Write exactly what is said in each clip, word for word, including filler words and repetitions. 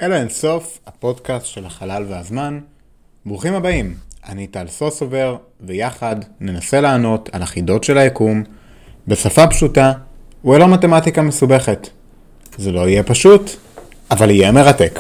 אלו אינסוף, הפודקאסט של החלל והזמן. ברוכים הבאים, אני טל סוסובר, ויחד ננסה לענות על החידות של היקום בשפה פשוטה ולא מתמטיקה מסובכת. זה לא יהיה פשוט, אבל יהיה מרתק.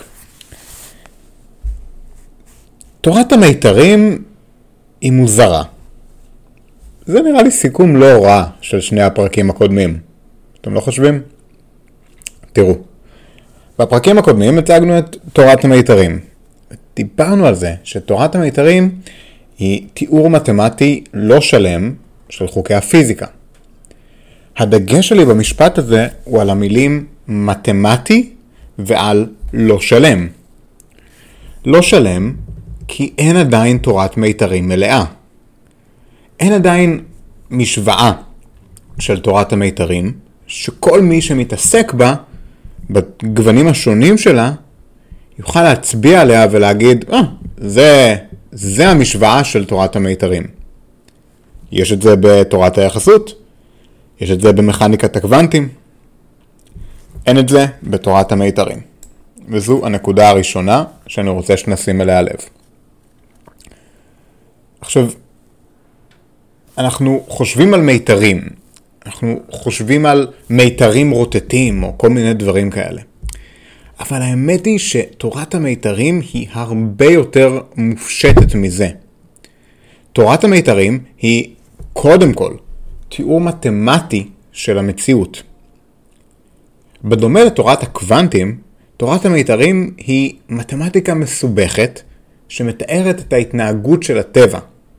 תורת המיתרים היא מוזרה. זה נראה לי סיכום לא רע של שני הפרקים הקודמים. אתם לא חושבים? תראו. בפרקים הקודמים הצגנו את תורת המיתרים. דיברנו על זה שתורת המיתרים היא תיאור מתמטי לא שלם של חוקי הפיזיקה. הדגש שלי במשפט הזה הוא על המילים מתמטי ועל לא שלם. לא שלם כי אין עדיין תורת מיתרים מלאה. אין עדיין משוואה של תורת המיתרים שכל מי שמתעסק בה בגוונים השונים שלה, יוכל להצביע עליה ולהגיד, אה, זה, זה המשוואה של תורת המיתרים. יש את זה בתורת היחסות, יש את זה במכניקת הקוונטים, אין את זה בתורת המיתרים. וזו הנקודה הראשונה שאני רוצה שנשים אליה לב. עכשיו, אנחנו חושבים על מיתרים, אנחנו חושבים על מיתרים רוטטים או כל מיני דברים כאלה. אבל האמת היא שתורת המיתרים היא הרבה יותר מופשטת מזה. תורת המיתרים היא קודם כל תיאור מתמטי של המציאות. בדומה לתורת הקוונטים, תורת המיתרים היא מתמטיקה מסובכת שמתארת את ההתנהגות של הטבע.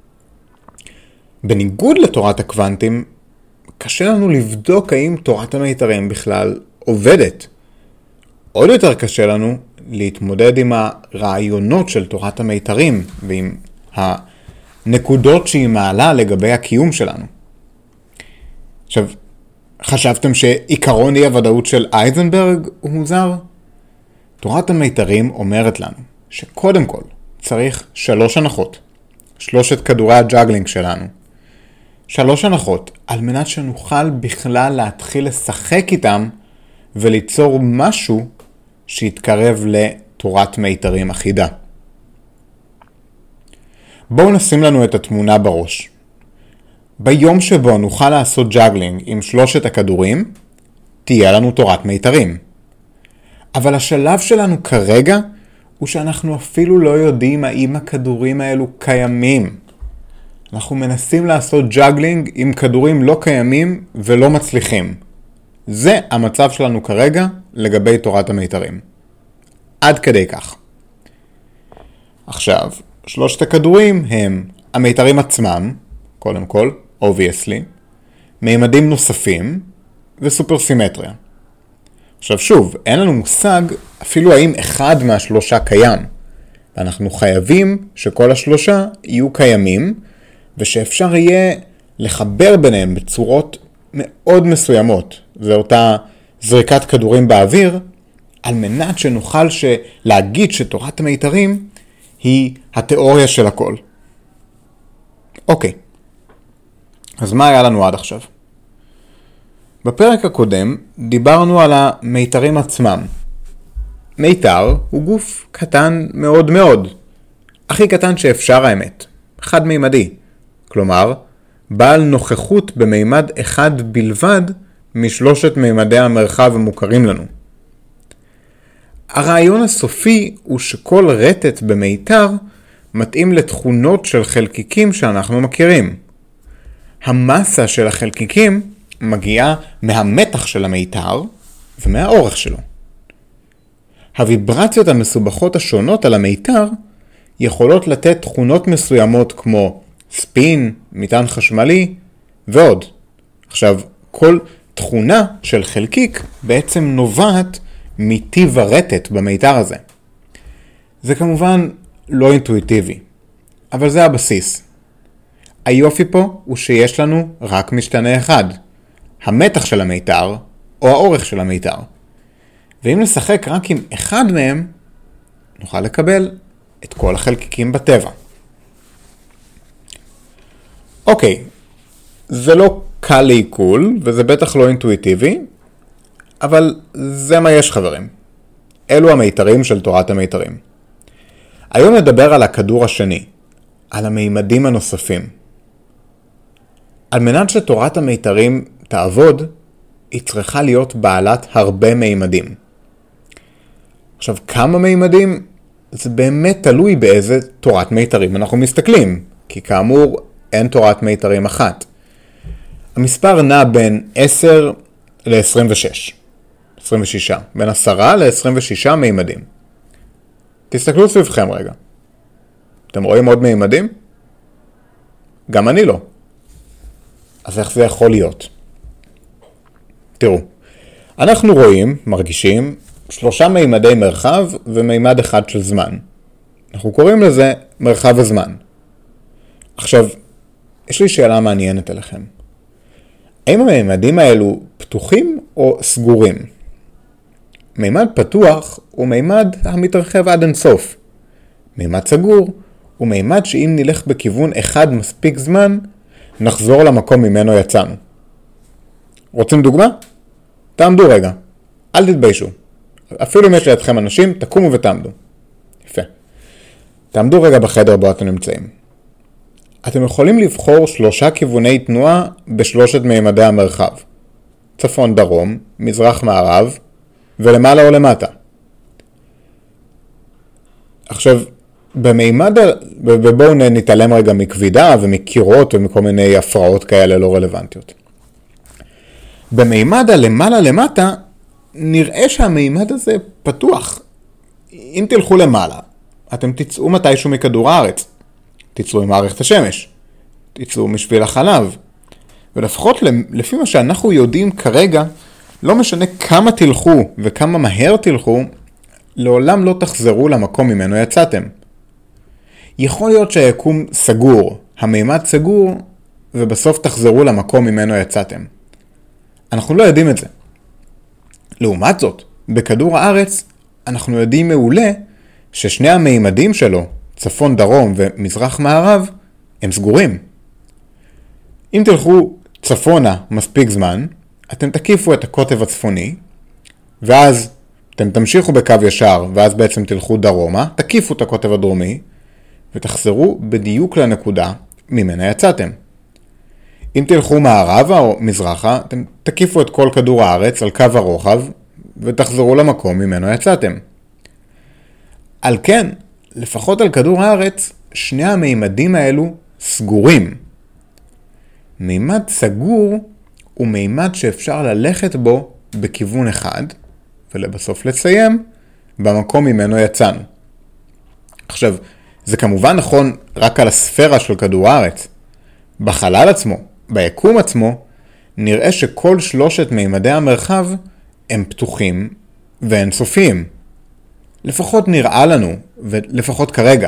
בניגוד לתורת הקוונטים, קשה לנו לבדוק האם תורת המיתרים בכלל עובדת. עוד יותר קשה לנו להתמודד עם הרעיונות של תורת המיתרים ועם הנקודות שהיא מעלה לגבי הקיום שלנו. עכשיו, חשבתם שעיקרון אי הוודאות של אייזנברג הוא מוזר? תורת המיתרים אומרת לנו שקודם כל צריך שלוש הנחות, שלושת כדורי הג'אגלינג שלנו. שלוש הנחות על מנת שנוכל בכלל להתחיל לשחק איתם וליצור משהו שיתקרב לתורת מיתרים אחידה. בואו נשים לנו את התמונה בראש. ביום שבו נוכל לעשות ג'אגלינג עם שלושת הכדורים, תהיה לנו תורת מיתרים. אבל השלב שלנו כרגע הוא שאנחנו אפילו לא יודעים האם הכדורים האלו קיימים. אנחנו מנסים לעשות ג'אגלינג עם כדורים לא קיימים ולא מצליחים. זה המצב שלנו כרגע לגבי תורת המיתרים. עד כדי כך. עכשיו, שלושת הכדורים הם המיתרים עצמם, קודם כל, obviously, מימדים נוספים וסופרסימטריה. עכשיו שוב, אין לנו מושג אפילו האם אחד מהשלושה קיים. ואנחנו חייבים שכל השלושה יהיו קיימים, ושאפשר יהיה לחבר ביניהם בצורות מאוד מסוימות. זו אותה זריקת כדורים באוויר, על מנת שנוכל להגיד שתורת המיתרים היא התיאוריה של הכל. אוקיי, אז מה היה לנו עד עכשיו? בפרק הקודם דיברנו על המיתרים עצמם. מיתר הוא גוף קטן מאוד מאוד. הכי קטן שאפשר האמת. חד מימדי. כלומר, בעל נוכחות במימד אחד בלבד משלושת מימדי המרחב המוכרים לנו. הרעיון הסופי הוא שכל רטט במיתר מתאים לתכונות של חלקיקים שאנחנו מכירים. המסה של החלקיקים מגיעה מהמתח של המיתר ומהאורך שלו. הוויברציות המסובכות השונות על המיתר יכולות לתת תכונות מסוימות כמו ספין, מטען חשמלי ועוד. עכשיו, כל תכונה של חלקיק בעצם נובעת מטיב הרטט במיתר הזה. זה כמובן לא אינטואיטיבי, אבל זה הבסיס. היופי פה הוא שיש לנו רק משתנה אחד, המתח של המיתר או האורך של המיתר. ואם נשחק רק עם אחד מהם, נוכל לקבל את כל החלקיקים בטבע. אוקיי, זה לא קל לעיכול, וזה בטח לא אינטואיטיבי, אבל זה מה יש חברים. אלו המיתרים של תורת המיתרים. היום נדבר על הכדור השני, על המימדים הנוספים. על מנת שתורת המיתרים תעבוד, היא צריכה להיות בעלת הרבה מימדים. עכשיו, כמה מימדים? זה באמת תלוי באיזה תורת מיתרים אנחנו מסתכלים, כי כאמור אין תורת מיתרים אחת. המספר נע בין עשר ל-עשרים ושש. עשרים ושש. בין עשרה ל-עשרים ושש מימדים. תסתכלו סביבכם רגע. אתם רואים עוד מימדים? גם אני לא. אז איך זה יכול להיות? תראו, אנחנו רואים, מרגישים, שלושה מימדי מרחב ומימד אחד של זמן. אנחנו קוראים לזה מרחב הזמן. עכשיו, יש לי שאלה מעניינת אליכם. האם המימדים האלו פתוחים או סגורים? מימד פתוח הוא מימד המתרחב עד אינסוף. מימד סגור הוא מימד שאם נלך בכיוון אחד מספיק זמן, נחזור למקום ממנו יצאנו. רוצים דוגמה? תעמדו רגע. אל תתביישו. אפילו אם יש לידכם אנשים, תקומו ותעמדו. יפה. תעמדו רגע בחדר בו אתם נמצאים. אתם יכולים לבחור שלושה כיווני תנועה בשלושת מימדי המרחב. צפון דרום, מזרח מערב, ולמעלה או למטה. עכשיו, במימד, ובואו נתעלם רגע מכבידה ומקירות ומכל מיני הפרעות כאלה לא רלוונטיות. במימד הלמעלה למטה, נראה שהמימד הזה פתוח. אם תלכו למעלה, אתם תצאו מתישהו מכדור הארץ. תצאו ממערכת השמש. תצאו משביל החלב. ולפחות לפי מה שאנחנו יודעים כרגע, לא משנה כמה תלכו וכמה מהר תלכו, לעולם לא תחזרו למקום ממנו יצאתם. יכול להיות שהיקום סגור, המימד סגור, ובסוף תחזרו למקום ממנו יצאתם. אנחנו לא יודעים את זה. לעומת זאת, בכדור הארץ, אנחנו יודעים מעולה ששני המימדים שלו, צפון דרום ומזרח מערב, הם סגורים. אם תלכו צפונה מספיק זמן, אתם תקיפו את הקוטב הצפוני, ואז אתם תמשיכו בקו ישר, ואז בעצם תלכו דרומה, תקיפו את הקוטב הדרומי, ותחזרו בדיוק לנקודה ממנה יצאתם. אם תלכו מערבה או מזרחה, אתם תקיפו את כל כדור הארץ על קו הרוחב, ותחזרו למקום ממנו יצאתם. על כן, לפחות על כדור הארץ, שני המימדים האלו סגורים. מימד סגור הוא מימד שאפשר ללכת בו בכיוון אחד, ולבסוף לסיים במקום ממנו יצאנו. עכשיו, זה כמובן נכון רק על הספירה של כדור הארץ. בחלל עצמו, ביקום עצמו, נראה שכל שלושת מימדי המרחב הם פתוחים ואינסופיים. לפחות נראה לנו, ולפחות כרגע.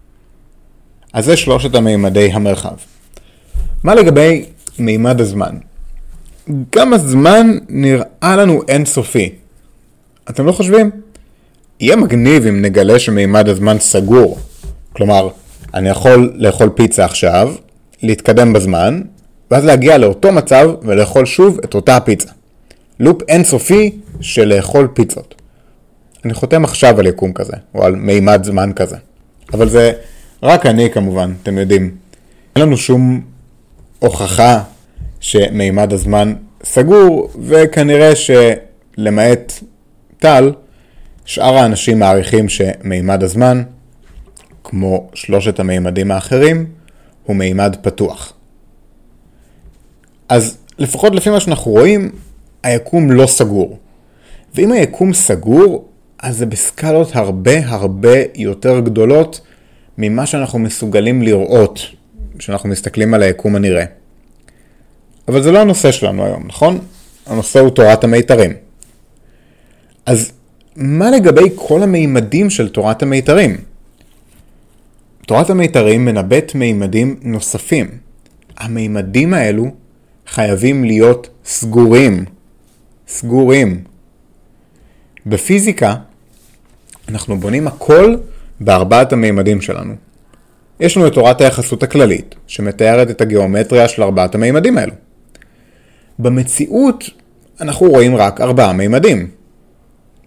אז זה שלושת המימדי המרחב. מה לגבי מימד הזמן? גם הזמן נראה לנו אינסופי. אתם לא חושבים? יהיה מגניב אם נגלה שמימד הזמן סגור. כלומר, אני יכול לאכול פיצה עכשיו, להתקדם בזמן, ואז להגיע לאותו מצב ולאכול שוב את אותה הפיצה. לופ אינסופי של לאכול פיצות. אני חותם עכשיו על יקום כזה, או על מימד זמן כזה. אבל זה רק אני כמובן, אתם יודעים. אין לנו שום הוכחה שמימד הזמן סגור, וכנראה שלמעט טל, שאר האנשים מעריכים שמימד הזמן, כמו שלושת המימדים האחרים, הוא מימד פתוח. אז לפחות לפי מה שאנחנו רואים, היקום לא סגור. ואם היקום סגור, אז זה בסקלות הרבה הרבה יותר גדולות ממה שאנחנו מסוגלים לראות, כשאנחנו מסתכלים על היקום הנראה. אבל זה לא הנושא שלנו היום, נכון? הנושא הוא תורת המיתרים. אז מה לגבי כל המימדים של תורת המיתרים? תורת המיתרים מנבט מימדים נוספים. המימדים האלו חייבים להיות סגורים. סגורים. בפיזיקה אנחנו בונים הכל בארבעת המימדים שלנו. יש לנו את תורת היחסות הכללית, שמתארת את הגיאומטריה של ארבעת המימדים האלו. במציאות אנחנו רואים רק ארבעה מימדים.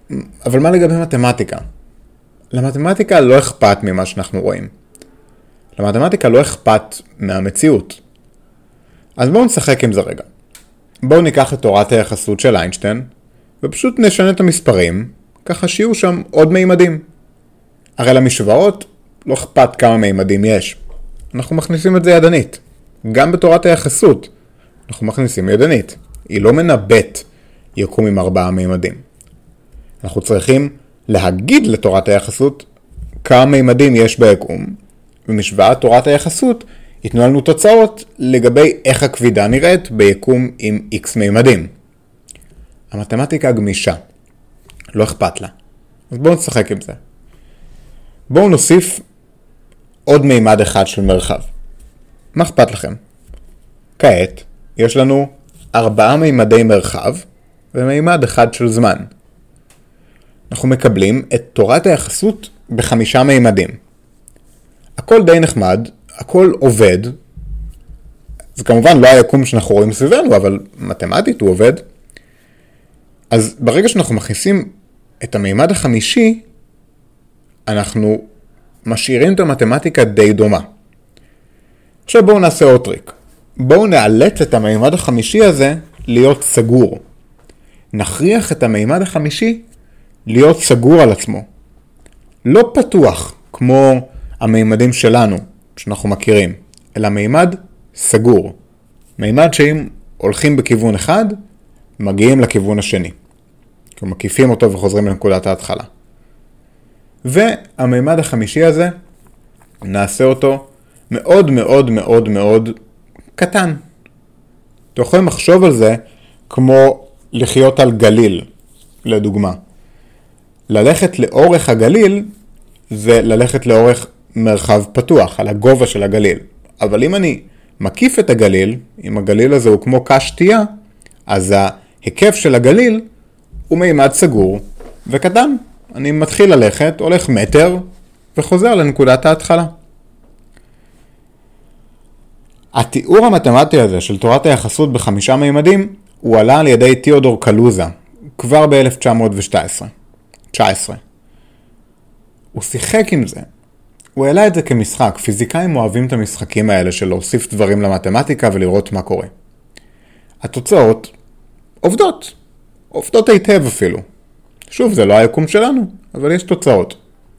אבל מה לגבי מתמטיקה? למתמטיקה לא אכפת ממה שאנחנו רואים. למתמטיקה לא אכפת מהמציאות. אז בואו נשחק עם זה רגע. בואו ניקח את תורת היחסות של איינשטיין, ופשוט נשנה את המספרים, ככה שיהיו שם עוד מימדים. הרי למשוואות לא אכפת כמה מימדים יש. אנחנו מכניסים את זה ידנית. גם בתורת היחסות אנחנו מכניסים ידנית. היא לא מנבט יקום עם ארבעה מימדים. אנחנו צריכים להגיד לתורת היחסות כמה מימדים יש ביקום, ומשוואת תורת היחסות ייתנו לנו תוצאות לגבי איך הכבידה נראית ביקום עם X מימדים. המתמטיקה גמישה. לא אכפת לה. אז בואו נשחק עם זה. בואו נוסיף עוד מימד אחד של מרחב. מה אכפת לכם? כעת יש לנו ארבעה מימדי מרחב ומימד אחד של זמן. אנחנו מקבלים את תורת היחסות בחמישה מימדים. הכל די נחמד, הכל עובד. זה כמובן לא היקום שאנחנו רואים סביבנו, אבל מתמטית הוא עובד. אז ברגע שאנחנו מכניסים את המימד החמישי, אנחנו משאירים את המתמטיקה די דומה. עכשיו בואו נעשה עוד טריק. בואו נאלץ את המימד החמישי הזה להיות סגור. נכריח את המימד החמישי להיות סגור על עצמו. לא פתוח כמו המימדים שלנו שאנחנו מכירים, אלא מימד סגור. מימד שאם הולכים בכיוון אחד, מגיעים לכיוון השני. כי מקיפים אותו וחוזרים לנקודת ההתחלה. והמימד החמישי הזה, נעשה אותו מאוד מאוד מאוד מאוד קטן. אתם יכולים לחשוב על זה כמו לחיות על גליל, לדוגמה. ללכת לאורך הגליל זה ללכת לאורך מרחב פתוח, על הגובה של הגליל. אבל אם אני מקיף את הגליל, אם הגליל הזה הוא כמו קש שתייה, אז ההיקף של הגליל הוא מימד סגור וקטן. אני מתחיל ללכת, הולך מטר וחוזר לנקודת ההתחלה. התיאור המתמטי הזה של תורת היחסות בחמישה מימדים הוא עלה על ידי תיאודור קלוזה כבר ב-אלף תשע מאות תשע עשרה. הוא שיחק עם זה. הוא העלה את זה כמשחק. פיזיקאים אוהבים את המשחקים האלה של להוסיף דברים למתמטיקה ולראות מה קורה. התוצאות עובדות. עובדות היטב אפילו. שוב, זה לא היקום שלנו, אבל יש תוצאות.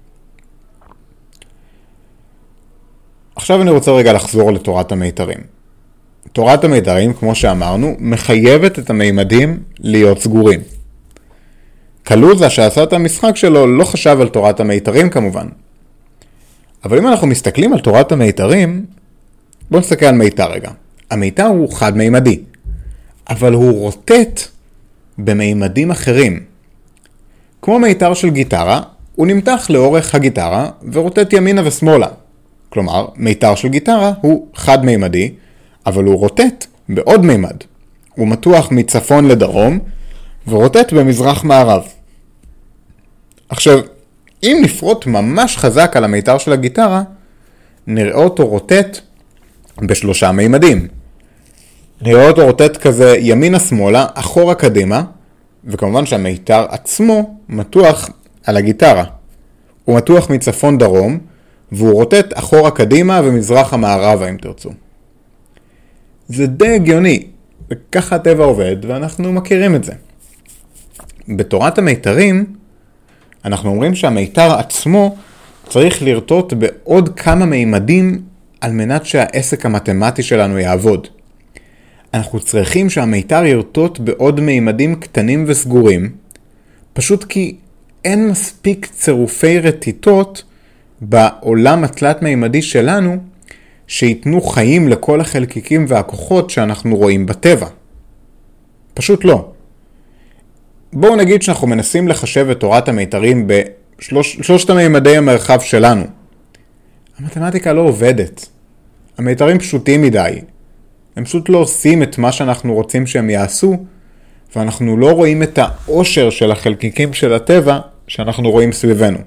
עכשיו אני רוצה רגע לחזור לתורת המיתרים. תורת המיתרים, כמו שאמרנו, מחייבת את המימדים להיות סגורים. קלוזה שעשה את המשחק שלו לא חשב על תורת המיתרים כמובן. אבל אם אנחנו מסתכלים על תורת המיתרים, בואו נסתכל על מיתר רגע. המיתר הוא חד-מימדי, אבל הוא רוטט במימדים אחרים. כמו מיתר של גיטרה, הוא נמתח לאורך הגיטרה ורוטט ימינה ושמאלה. כלומר, מיתר של גיטרה הוא חד-מימדי, אבל הוא רוטט בעוד מימד. הוא מתוח מצפון לדרום ורוטט במזרח מערב. עכשיו, אם נפרוט ממש חזק על המיתר של הגיטרה, נראה אותו רוטט בשלושה מימדים. נראה אותו רוטט כזה ימינה שמאלה, אחורה קדימה, וכמובן שהמיתר עצמו מתוח על הגיטרה. הוא מתוח מצפון דרום, והוא רוטט אחורה קדימה ומזרח המערב, אם תרצו. זה די הגיוני, וככה הטבע עובד, ואנחנו מכירים את זה. בתורת המיתרים, אנחנו אומרים שהמיתר עצמו צריך לרטוט בעוד כמה מימדים על מנת שהעסק המתמטי שלנו יעבוד. אנחנו צריכים שהמיתר ירטוט בעוד מימדים קטנים וסגורים, פשוט כי אין מספיק צירופי רטיטות בעולם התלת מימדי שלנו שיתנו חיים לכל החלקיקים והכוחות שאנחנו רואים בטבע. פשוט לא. בואו נגיד שאנחנו מנסים לחשב את תורת המיתרים בשלושת מימדי המרחב שלנו. המתמטיקה לא עובדת. המיתרים פשוטים מדי. הם פשוט לא עושים את מה שאנחנו רוצים שהם יעשו, ואנחנו לא רואים את העושר של החלקיקים של הטבע שאנחנו רואים סביבנו.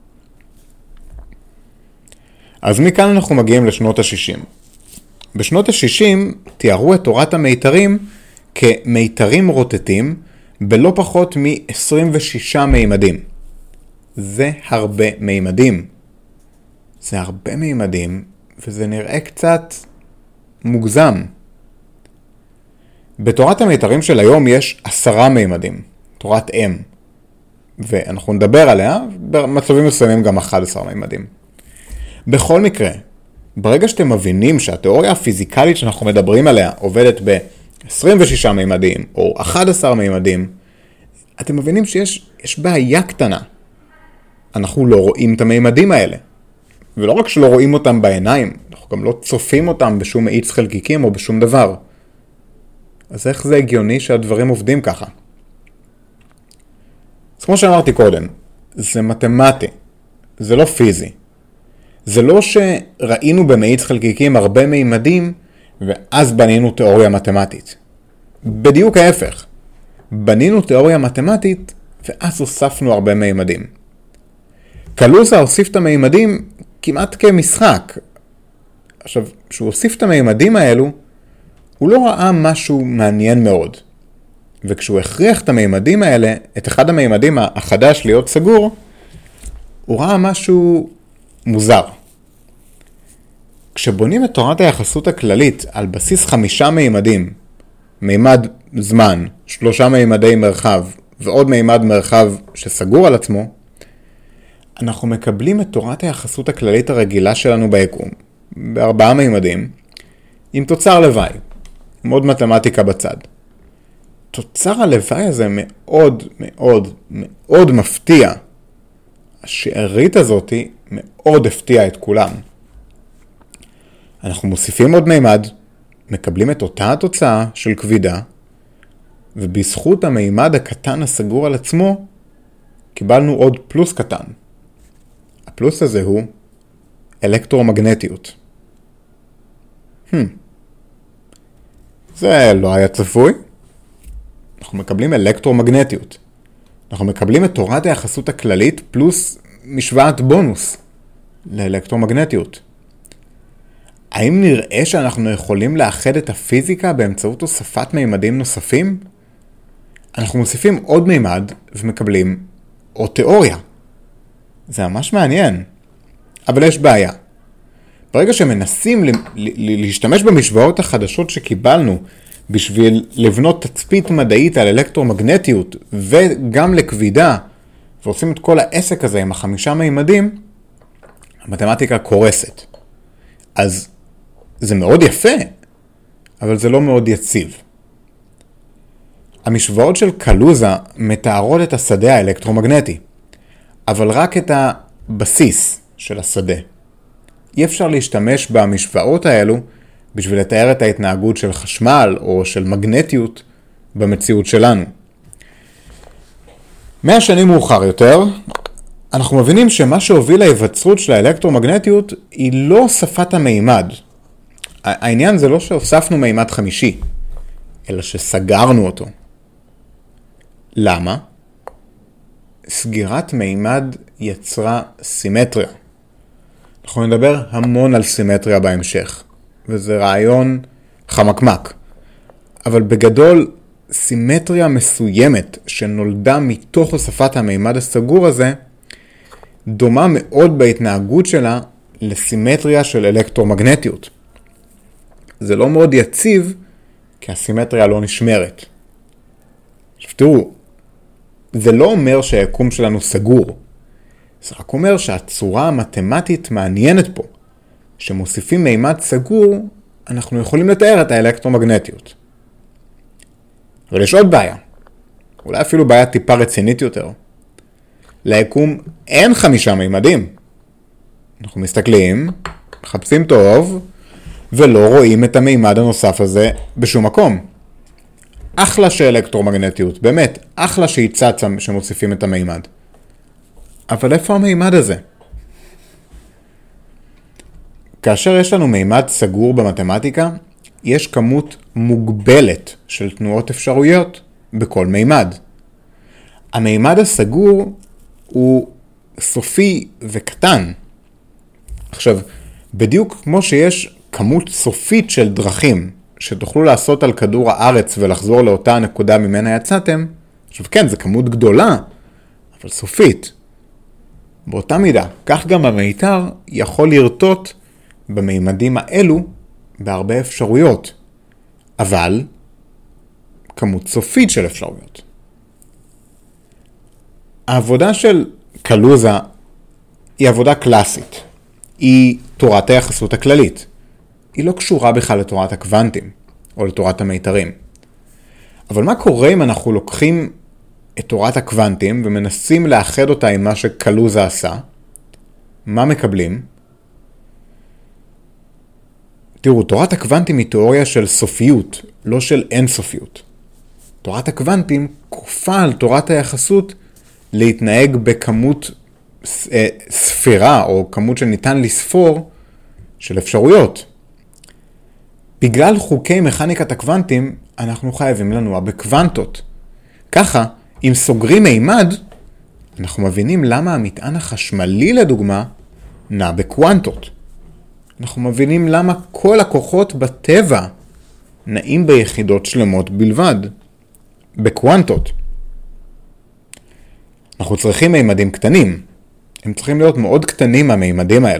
אז מכאן אנחנו מגיעים לשנות ה-שישים. בשנות ה-שישים תיארו את תורת המיתרים כמיתרים רוטטים בלא פחות מ-עשרים ושישה מימדים. זה הרבה מימדים. זה הרבה מימדים, וזה נראה קצת מוגזם. בתורת המיתרים של היום יש עשרה מימדים, תורת M, ואנחנו נדבר עליה, במצבים מסוימים גם אחד עשר מימדים. בכל מקרה, ברגע שאתם מבינים שהתיאוריה הפיזיקלית שאנחנו מדברים עליה עובדת ב-עשרים ושישה מימדים או אחד עשר מימדים, אתם מבינים שיש יש בעיה קטנה. אנחנו לא רואים את המימדים האלה. ולא רק שלא רואים אותם בעיניים, אנחנו גם לא צופים אותם בשום מאיץ חלקיקים או בשום דבר. אז איך זה הגיוני שהדברים עובדים ככה? אז כמו שאמרתי קודם, זה מתמטי, זה לא פיזי. זה לא שראינו במאיץ חלקיקים הרבה מימדים, ואז בנינו תיאוריה מתמטית. בדיוק ההפך. בנינו תיאוריה מתמטית, ואז הוספנו הרבה מימדים. קלוזה הוסיף את המימדים כמעט כמשחק. עכשיו, כשהוא הוסיף את המימדים האלו, הוא לא ראה משהו מעניין מאוד. וכשהוא הכריח את המימדים האלה, את אחד המימדים החדש להיות סגור, הוא ראה משהו מוזר. כשבונים את תורת היחסות הכללית על בסיס חמישה מימדים, מימד זמן, שלושה מימדי מרחב ועוד מימד מרחב שסגור על עצמו, אנחנו מקבלים את תורת היחסות הכללית הרגילה שלנו ביקום, בארבעה מימדים, עם תוצר לוואי, עם עוד מתמטיקה בצד. תוצר הלוואי הזה מאוד מאוד מאוד מפתיע. השארית הזאת מאוד הפתיעה את כולם. אנחנו מוסיפים עוד מימד, מקבלים את אותה התוצאה של כבידה, ובזכות המימד הקטן הסגור על עצמו, קיבלנו עוד פלוס קטן. הפלוס הזה הוא אלקטרומגנטיות. Hmm. זה לא היה צפוי. אנחנו מקבלים אלקטרומגנטיות. אנחנו מקבלים את תורת היחסות הכללית פלוס משוואת בונוס לאלקטרומגנטיות. האם נראה שאנחנו יכולים לאחד את הפיזיקה באמצעות הוספת מימדים נוספים? אנחנו מוסיפים עוד מימד ומקבלים עוד תיאוריה. זה ממש מעניין. אבל יש בעיה. ברגע שמנסים להשתמש במשוואות החדשות שקיבלנו בשביל לבנות תצפית מדעית על אלקטרומגנטיות וגם לכבידה, ועושים את כל העסק הזה עם החמישה מימדים, המתמטיקה קורסת. אז זה מאוד יפה, אבל זה לא מאוד יציב. המשוואות של קלוזה מתארות את השדה האלקטרומגנטי, אבל רק את הבסיס של השדה. אי אפשר להשתמש במשוואות האלו בשביל לתאר את ההתנהגות של חשמל או של מגנטיות במציאות שלנו. מאה שנים מאוחר יותר, אנחנו מבינים שמה שהוביל להיווצרות של האלקטרומגנטיות היא לא הוספת המימד. העניין זה לא שהוספנו מימד חמישי, אלא שסגרנו אותו. למה? סגירת מימד יצרה סימטריה. אנחנו נדבר המון על סימטריה בהמשך, וזה רעיון חמקמק. אבל בגדול, סימטריה מסוימת שנולדה מתוך הוספת המימד הסגור הזה, דומה מאוד בהתנהגות שלה לסימטריה של אלקטרומגנטיות. זה לא מאוד יציב, כי הסימטריה לא נשמרת. עכשיו תראו, זה לא אומר שהיקום שלנו סגור. זה רק אומר שהצורה המתמטית מעניינת פה. שמוסיפים מימד סגור, אנחנו יכולים לתאר את האלקטרומגנטיות. אבל יש עוד בעיה. אולי אפילו בעיה טיפה רצינית יותר. ליקום אין חמישה מימדים. אנחנו מסתכלים, מחפשים טוב, ולא רואים את המימד הנוסף הזה בשום מקום. אחלה של אלקטרומגנטיות, באמת, אחלה שהיא צצה שמוסיפים את המימד. אבל איפה המימד הזה? כאשר יש לנו מימד סגור במתמטיקה, יש כמות מוגבלת של תנועות אפשרויות בכל מימד. המימד הסגור הוא סופי וקטן. עכשיו, בדיוק כמו שיש כמות סופית של דרכים שתוכלו לעשות על כדור הארץ ולחזור לאותה הנקודה ממנה יצאתם, עכשיו כן, זו כמות גדולה, אבל סופית. באותה מידה, כך גם המיתר יכול לרטוט במימדים האלו בהרבה אפשרויות, אבל כמות סופית של אפשרויות. העבודה של קלוזה היא עבודה קלאסית. היא תורת היחסות הכללית. היא לא קשורה בכלל לתורת הקוונטים או לתורת המיתרים. אבל מה קורה אם אנחנו לוקחים את תורת הקוונטים ומנסים לאחד אותה עם מה שקלוזה עשה? מה מקבלים? תראו, תורת הקוונטים היא תיאוריה של סופיות, לא של אינסופיות. תורת הקוונטים כופה על תורת היחסות להתנהג בכמות ספירה או כמות שניתן לספור של אפשרויות. בגלל חוקי מכניקת הקוונטים אנחנו חייבים לנוע בקוונטות. ככה, אם סוגרים מימד, אנחנו מבינים למה המטען החשמלי לדוגמה נע בקוונטות. אנחנו מבינים למה כל הכוחות בטבע נעים ביחידות שלמות בלבד, בקוונטות. אנחנו צריכים מימדים קטנים. הם צריכים להיות מאוד קטנים מהמימדים האלו.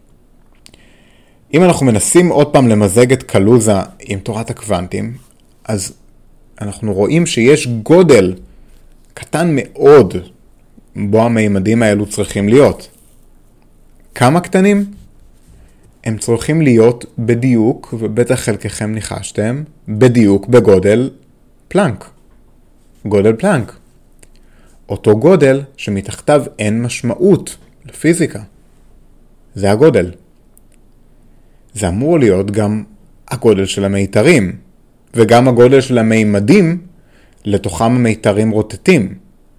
אם אנחנו מנסים עוד פעם למזג את קלוזה עם תורת הקוונטים, אז אנחנו רואים שיש גודל קטן מאוד בו המימדים האלו צריכים להיות. כמה קטנים? הם צריכים להיות בדיוק, ובטח חלקכם ניחשתם, בדיוק בגודל פלנק. גודל פלנק. אותו גודל שמתחתיו אין משמעות לפיזיקה. זה הגודל. זה אמור להיות גם הגודל של המיתרים, וגם הגודל של המימדים לתוכם המיתרים רוטטים.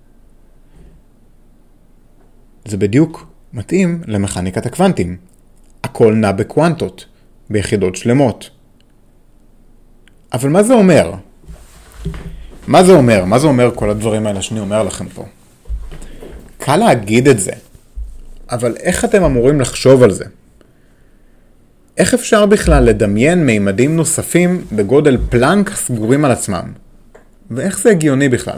זה בדיוק מתאים למכניקת הקוונטים. הכל נע בקוונטות, ביחידות שלמות. אבל מה זה אומר? מה זה אומר? מה זה אומר כל הדברים האלה שאני אומר לכם פה? קל להגיד את זה, אבל איך אתם אמורים לחשוב על זה? איך אפשר בכלל לדמיין מימדים נוספים בגודל פלנק סגורים על עצמם? ואיך זה הגיוני בכלל?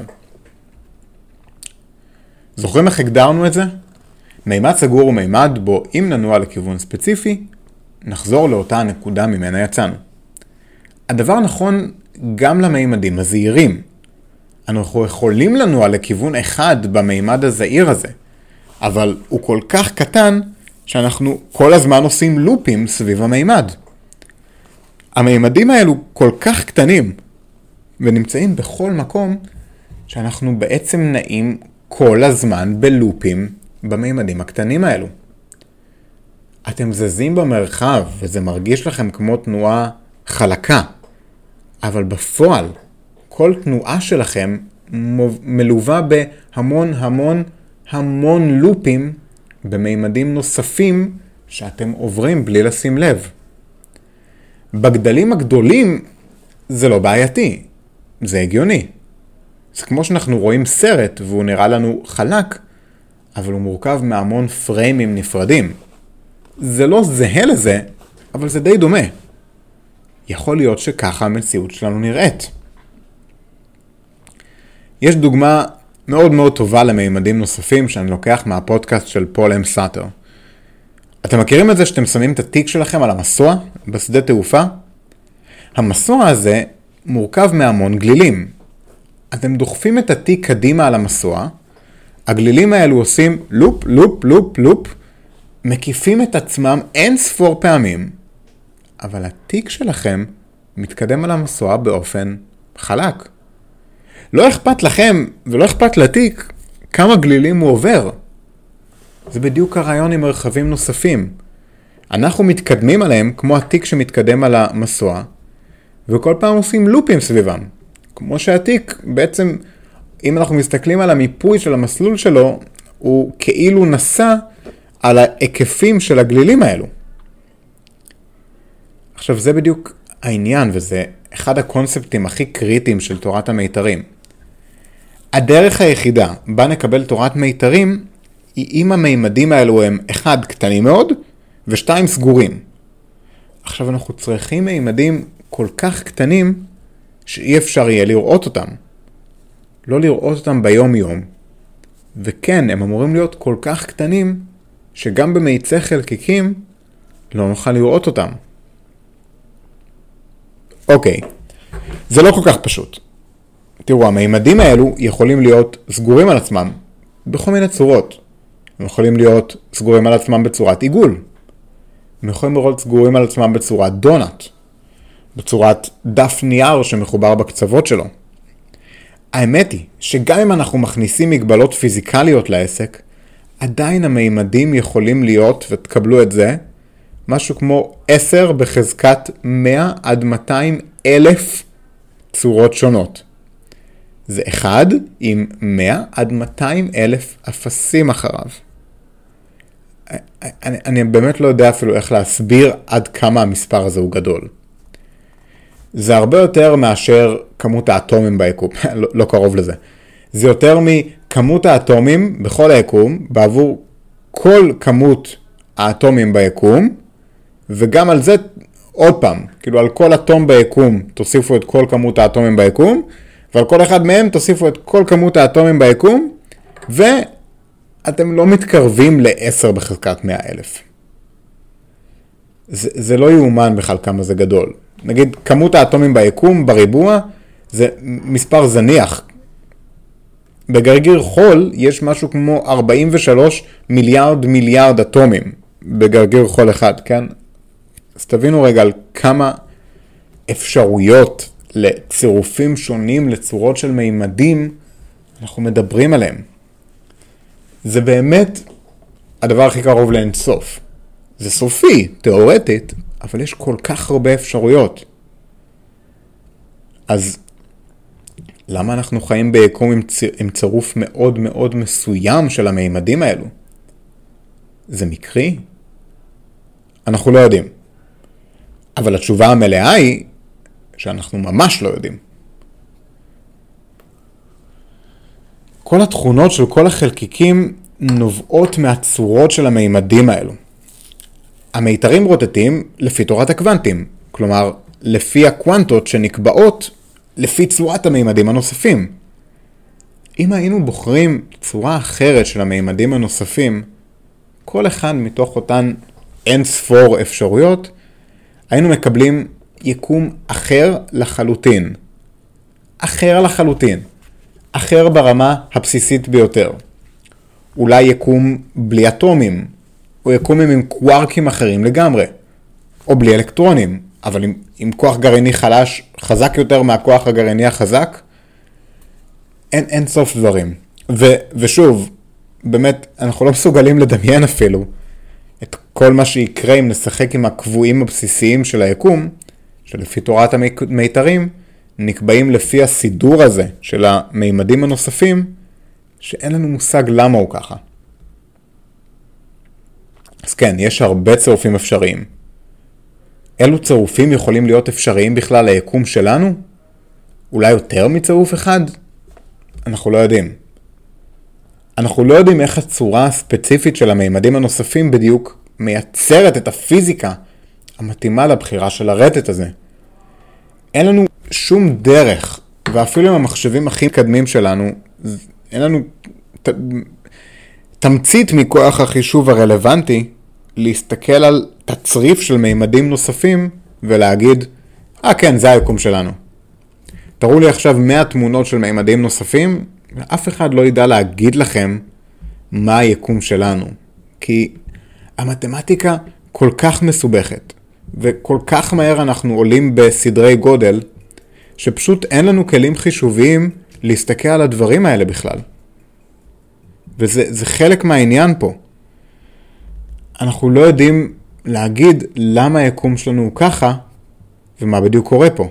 זוכרים איך הגדרנו את זה? מימד סגור הוא מימד בו אם ננוע לכיוון ספציפי, נחזור לאותה הנקודה ממנה יצאנו. הדבר נכון גם למימדים הזעירים. אנחנו יכולים לנוע לכיוון אחד במימד הזעיר הזה, אבל הוא כל כך קטן שאנחנו כל הזמן עושים לופים סביב המימד. המימדים האלו כל כך קטנים ונמצאים בכל מקום שאנחנו בעצם נעים כל הזמן בלופים במימדים הקטנים האלו. אתם זזים במרחב וזה מרגיש לכם כמו תנועה חלקה, אבל בפועל כל תנועה שלכם מלווה בהמון המון המון לופים במימדים נוספים שאתם עוברים בלי לשים לב. בגדלים הגדולים זה לא בעייתי, זה הגיוני. זה כמו שאנחנו רואים סרט והוא נראה לנו חלק, אבל הוא מורכב מהמון פריימים נפרדים. זה לא זהה לזה, אבל זה די דומה. יכול להיות שככה המציאות שלנו נראית. יש דוגמה מאוד מאוד טובה למימדים נוספים שאני לוקח מהפודקאסט של פול אם סאטר. אתם מכירים את זה שאתם שמים את התיק שלכם על המסוע בשדה תעופה? המסוע הזה מורכב מהמון גלילים. אתם דוחפים את התיק קדימה על המסוע, הגלילים האלו עושים לופ, לופ, לופ, לופ, מקיפים את עצמם אין ספור פעמים, אבל התיק שלכם מתקדם על המסוע באופן חלק. לא אכפת לכם ולא אכפת לתיק כמה גלילים הוא עובר. זה בדיוק הרעיון עם מרחבים נוספים. אנחנו מתקדמים עליהם כמו התיק שמתקדם על המסוע, וכל פעם עושים לופים סביבם. כמו שהתיק בעצם, אם אנחנו מסתכלים על המיפוי של המסלול שלו, הוא כאילו נסע על ההיקפים של הגלילים האלו. עכשיו זה בדיוק העניין, וזה אחד הקונספטים הכי קריטיים של תורת המיתרים. הדרך היחידה בה נקבל תורת מיתרים היא אם המימדים האלו הם אחד קטנים מאוד ושתיים סגורים. עכשיו אנחנו צריכים מימדים כל כך קטנים שאי אפשר יהיה לראות אותם. לא לראות אותם ביום יום. וכן, הם אמורים להיות כל כך קטנים, שגם במאיצי חלקיקים לא נוכל לראות אותם. אוקיי, זה לא כל כך פשוט. תראו, המימדים האלו יכולים להיות סגורים על עצמם בכל מיני צורות. הם יכולים להיות סגורים על עצמם בצורת עיגול. הם יכולים להיות סגורים על עצמם בצורת דונט. בצורת דף נייר שמחובר בקצוות שלו. האמת היא שגם אם אנחנו מכניסים מגבלות פיזיקליות לעסק, עדיין המימדים יכולים להיות, ותקבלו את זה, משהו כמו עשר בחזקת מאה עד מאתיים אלף צורות שונות. זה אחד עם מאה עד מאתיים אלף אפסים אחריו. אני, אני באמת לא יודע אפילו איך להסביר עד כמה המספר הזה הוא גדול. זה הרבה יותר מאשר כמות האטומים ביקום, לא, לא קרוב לזה. זה יותר מכמות האטומים בכל היקום, בעבור כל כמות האטומים ביקום, וגם על זה עוד פעם, כאילו על כל אטום ביקום תוסיפו את כל כמות האטומים ביקום, ועל כל אחד מהם תוסיפו את כל כמות האטומים ביקום, ואתם לא מתקרבים ל-עשר בחזקת מאה אלף. זה, זה לא יאומן בכלל כמה זה גדול. נגיד, כמות האטומים ביקום, בריבוע, זה מספר זניח. בגרגיר חול יש משהו כמו ארבעים ושלושה מיליארד מיליארד אטומים בגרגיר חול אחד, כן? אז תבינו רגע על כמה אפשרויות לצירופים שונים, לצורות של מימדים, אנחנו מדברים עליהם. זה באמת הדבר הכי קרוב לאינסוף. זה סופי, תיאורטית, אבל יש כל כך הרבה אפשרויות. אז למה אנחנו חיים ביקום עם, צ... עם צירוף מאוד מאוד מסוים של המימדים האלו? זה מקרי? אנחנו לא יודעים. אבל התשובה המלאה היא שאנחנו ממש לא יודעים. כל התכונות של כל החלקיקים נובעות מהצורות של המימדים האלו. המיתרים רוטטים לפי תורת הקוונטים, כלומר לפי הקוונטות שנקבעות לפי צורת המימדים הנוספים. אם היינו בוחרים צורה אחרת של המימדים הנוספים, כל אחד מתוך אותן אין ספור אפשרויות, היינו מקבלים יקום אחר לחלוטין. אחר לחלוטין. אחר ברמה הבסיסית ביותר. אולי יקום בלי אטומים, או יקומים עם קווארקים אחרים לגמרי, או בלי אלקטרונים, אבל עם, עם כוח גרעיני חלש, חזק יותר מהכוח הגרעיני החזק, אין, אין סוף דברים. ו, ושוב, באמת, אנחנו לא מסוגלים לדמיין אפילו את כל מה שיקרה אם נשחק עם הקבועים הבסיסיים של היקום, שלפי תורת המיתרים, נקבעים לפי הסידור הזה של המימדים הנוספים, שאין לנו מושג למה הוא ככה. אז כן, יש הרבה צירופים אפשריים. אילו צירופים יכולים להיות אפשריים בכלל ליקום שלנו? אולי יותר מצירוף אחד? אנחנו לא יודעים. אנחנו לא יודעים איך הצורה הספציפית של המימדים הנוספים בדיוק מייצרת את הפיזיקה המתאימה לבחירה של הרטט הזה. אין לנו שום דרך, ואפילו עם המחשבים הכי קדמים שלנו, אין לנו ת... תמצית מכוח החישוב הרלוונטי להסתכל על תצריף של מימדים נוספים ולהגיד, אה כן, זה היקום שלנו. תראו לי עכשיו מאה תמונות של מימדים נוספים, ואף אחד לא ידע להגיד לכם מה היקום שלנו. כי המתמטיקה כל כך מסובכת, וכל כך מהר אנחנו עולים בסדרי גודל, שפשוט אין לנו כלים חישוביים להסתכל על הדברים האלה בכלל. וזה זה חלק מהעניין פה. אנחנו לא יודעים להגיד למה היקום שלנו הוא ככה, ומה בדיוק קורה פה.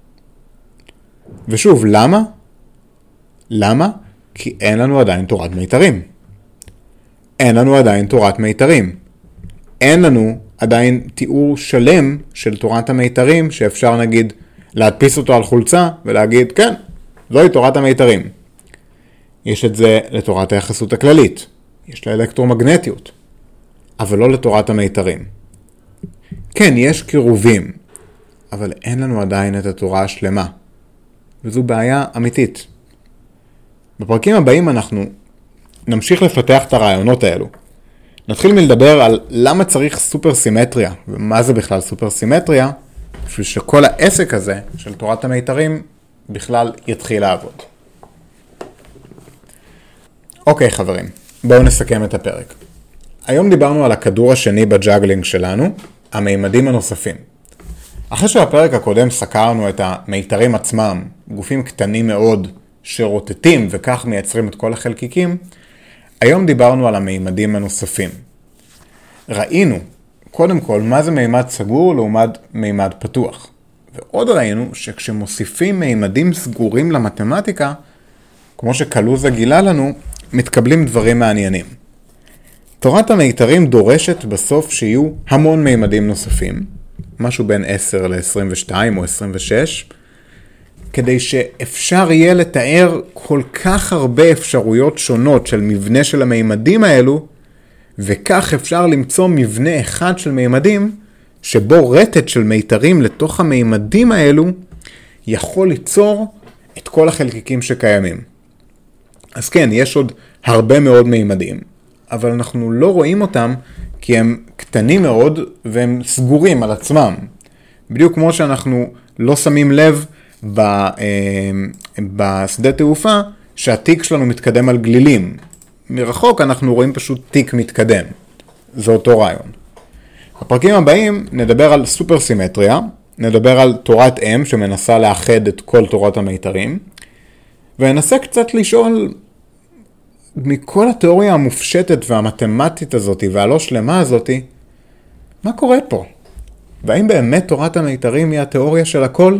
ושוב, למה? למה? כי אין לנו עדיין תורת מיתרים. אין לנו עדיין תורת מיתרים. אין לנו עדיין תיאור שלם של תורת המיתרים, שאפשר נגיד להדפיס אותו על חולצה ולהגיד, כן, זוהי תורת המיתרים. יש את זה לתורת היחסות הכללית. יש לה אלקטרומגנטיות. אבל לא לתורת המיתרים. כן, יש קירובים, אבל אין לנו עדיין את התורה השלמה. וזו בעיה אמיתית. בפרקים הבאים אנחנו נמשיך לפתח את הרעיונות האלו. נתחיל מלדבר על למה צריך סופר סימטריה, ומה זה בכלל סופר סימטריה, בשביל שכל העסק הזה של תורת המיתרים בכלל יתחיל לעבוד. אוקיי חברים, בואו נסכם את הפרק. היום דיברנו על הכדור השני בג'אגלינג שלנו, המימדים הנוספים. אחרי שבפרק הקודם סקרנו את המיתרים עצמם, גופים קטנים מאוד שרוטטים וכך מייצרים את כל החלקיקים, היום דיברנו על המימדים הנוספים. ראינו, קודם כל, מה זה מימד סגור לעומת מימד פתוח. ועוד ראינו שכשמוסיפים מימדים סגורים למתמטיקה, כמו שקלוזה גילה לנו, מתקבלים דברים מעניינים. תורת המיתרים דורשת בסוף שיהיו המון מימדים נוספים, משהו בין עשר ל-עשרים ושתיים או עשרים ושש, כדי שאפשר יהיה לתאר כל כך הרבה אפשרויות שונות של מבנה של המימדים האלו, וכך אפשר למצוא מבנה אחד של מימדים, שבו רטט של מיתרים לתוך המימדים האלו, יכול ליצור את כל החלקיקים שקיימים. אז כן, יש עוד הרבה מאוד מימדים, אבל אנחנו לא רואים אותם כי הם קטנים מאוד והם סגורים על עצמם. בדיוק כמו שאנחנו לא שמים לב בשדה תעופה שהתיק שלנו מתקדם על גלילים. מרחוק אנחנו רואים פשוט תיק מתקדם. זה אותו רעיון. בפרקים הבאים נדבר על סופר סימטריה, נדבר על תורת אם שמנסה לאחד את כל תורת המיתרים, וננסה קצת לשאול מכל התיאוריה המופשטת והמתמטית הזאת והלא שלמה הזאת, מה קורה פה? והאם באמת תורת המיתרים היא התיאוריה של הכל?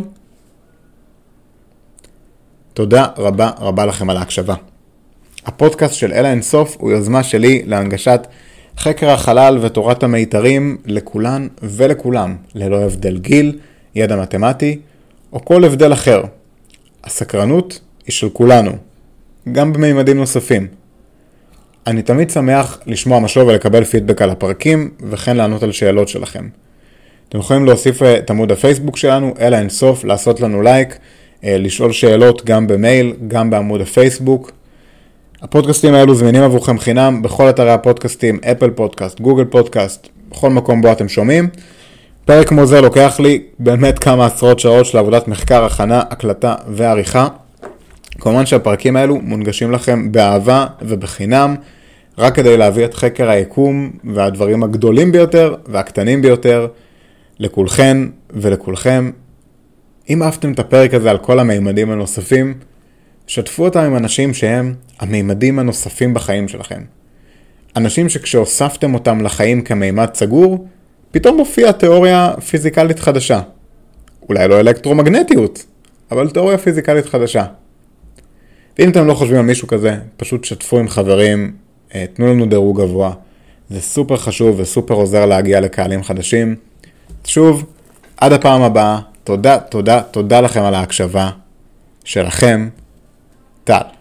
תודה רבה רבה לכם על ההקשבה. הפודקאסט של אל האינסוף הוא יוזמה שלי להנגשת חקר החלל ותורת המיתרים לכולן ולכולם, ללא הבדל גיל, ידע מתמטי או כל הבדל אחר. הסקרנות היא של כולנו, גם במימדים נוספים. אני תמיד שמח לשמוע משהו ולקבל פידבק על הפרקים וכן לענות על שאלות שלכם. אתם יכולים להוסיף את עמוד הפייסבוק שלנו, אל האינסוף, לעשות לנו לייק, לשאול שאלות גם במייל, גם בעמוד הפייסבוק. הפודקאסטים האלו זמינים עבורכם חינם בכל אתרי הפודקאסטים, אפל פודקאסט, גוגל פודקאסט, בכל מקום בו אתם שומעים. פרק כמו זה לוקח לי באמת כמה עשרות שעות של עבודת מחקר, הכנה, הקלטה ועריכה. כמובן שהפרקים האלו מונגשים לכם באהבה ובחינם, רק כדי להביא את חקר היקום והדברים הגדולים ביותר והקטנים ביותר לכולכן ולכולכם. אם אהבתם את הפרק הזה על כל המימדים הנוספים, שתפו אותם עם אנשים שהם המימדים הנוספים בחיים שלכם. אנשים שכשהוספתם אותם לחיים כמימד סגור, פתאום מופיעה תיאוריה פיזיקלית חדשה. אולי לא אלקטרומגנטיות, אבל תיאוריה פיזיקלית חדשה. ואם אתם לא חושבים על מישהו כזה, פשוט שתפו עם חברים, תנו לנו דירוג גבוה. זה סופר חשוב וסופר עוזר להגיע לקהלים חדשים. שוב, עד הפעם הבאה, תודה, תודה, תודה לכם על ההקשבה שלכם. טל.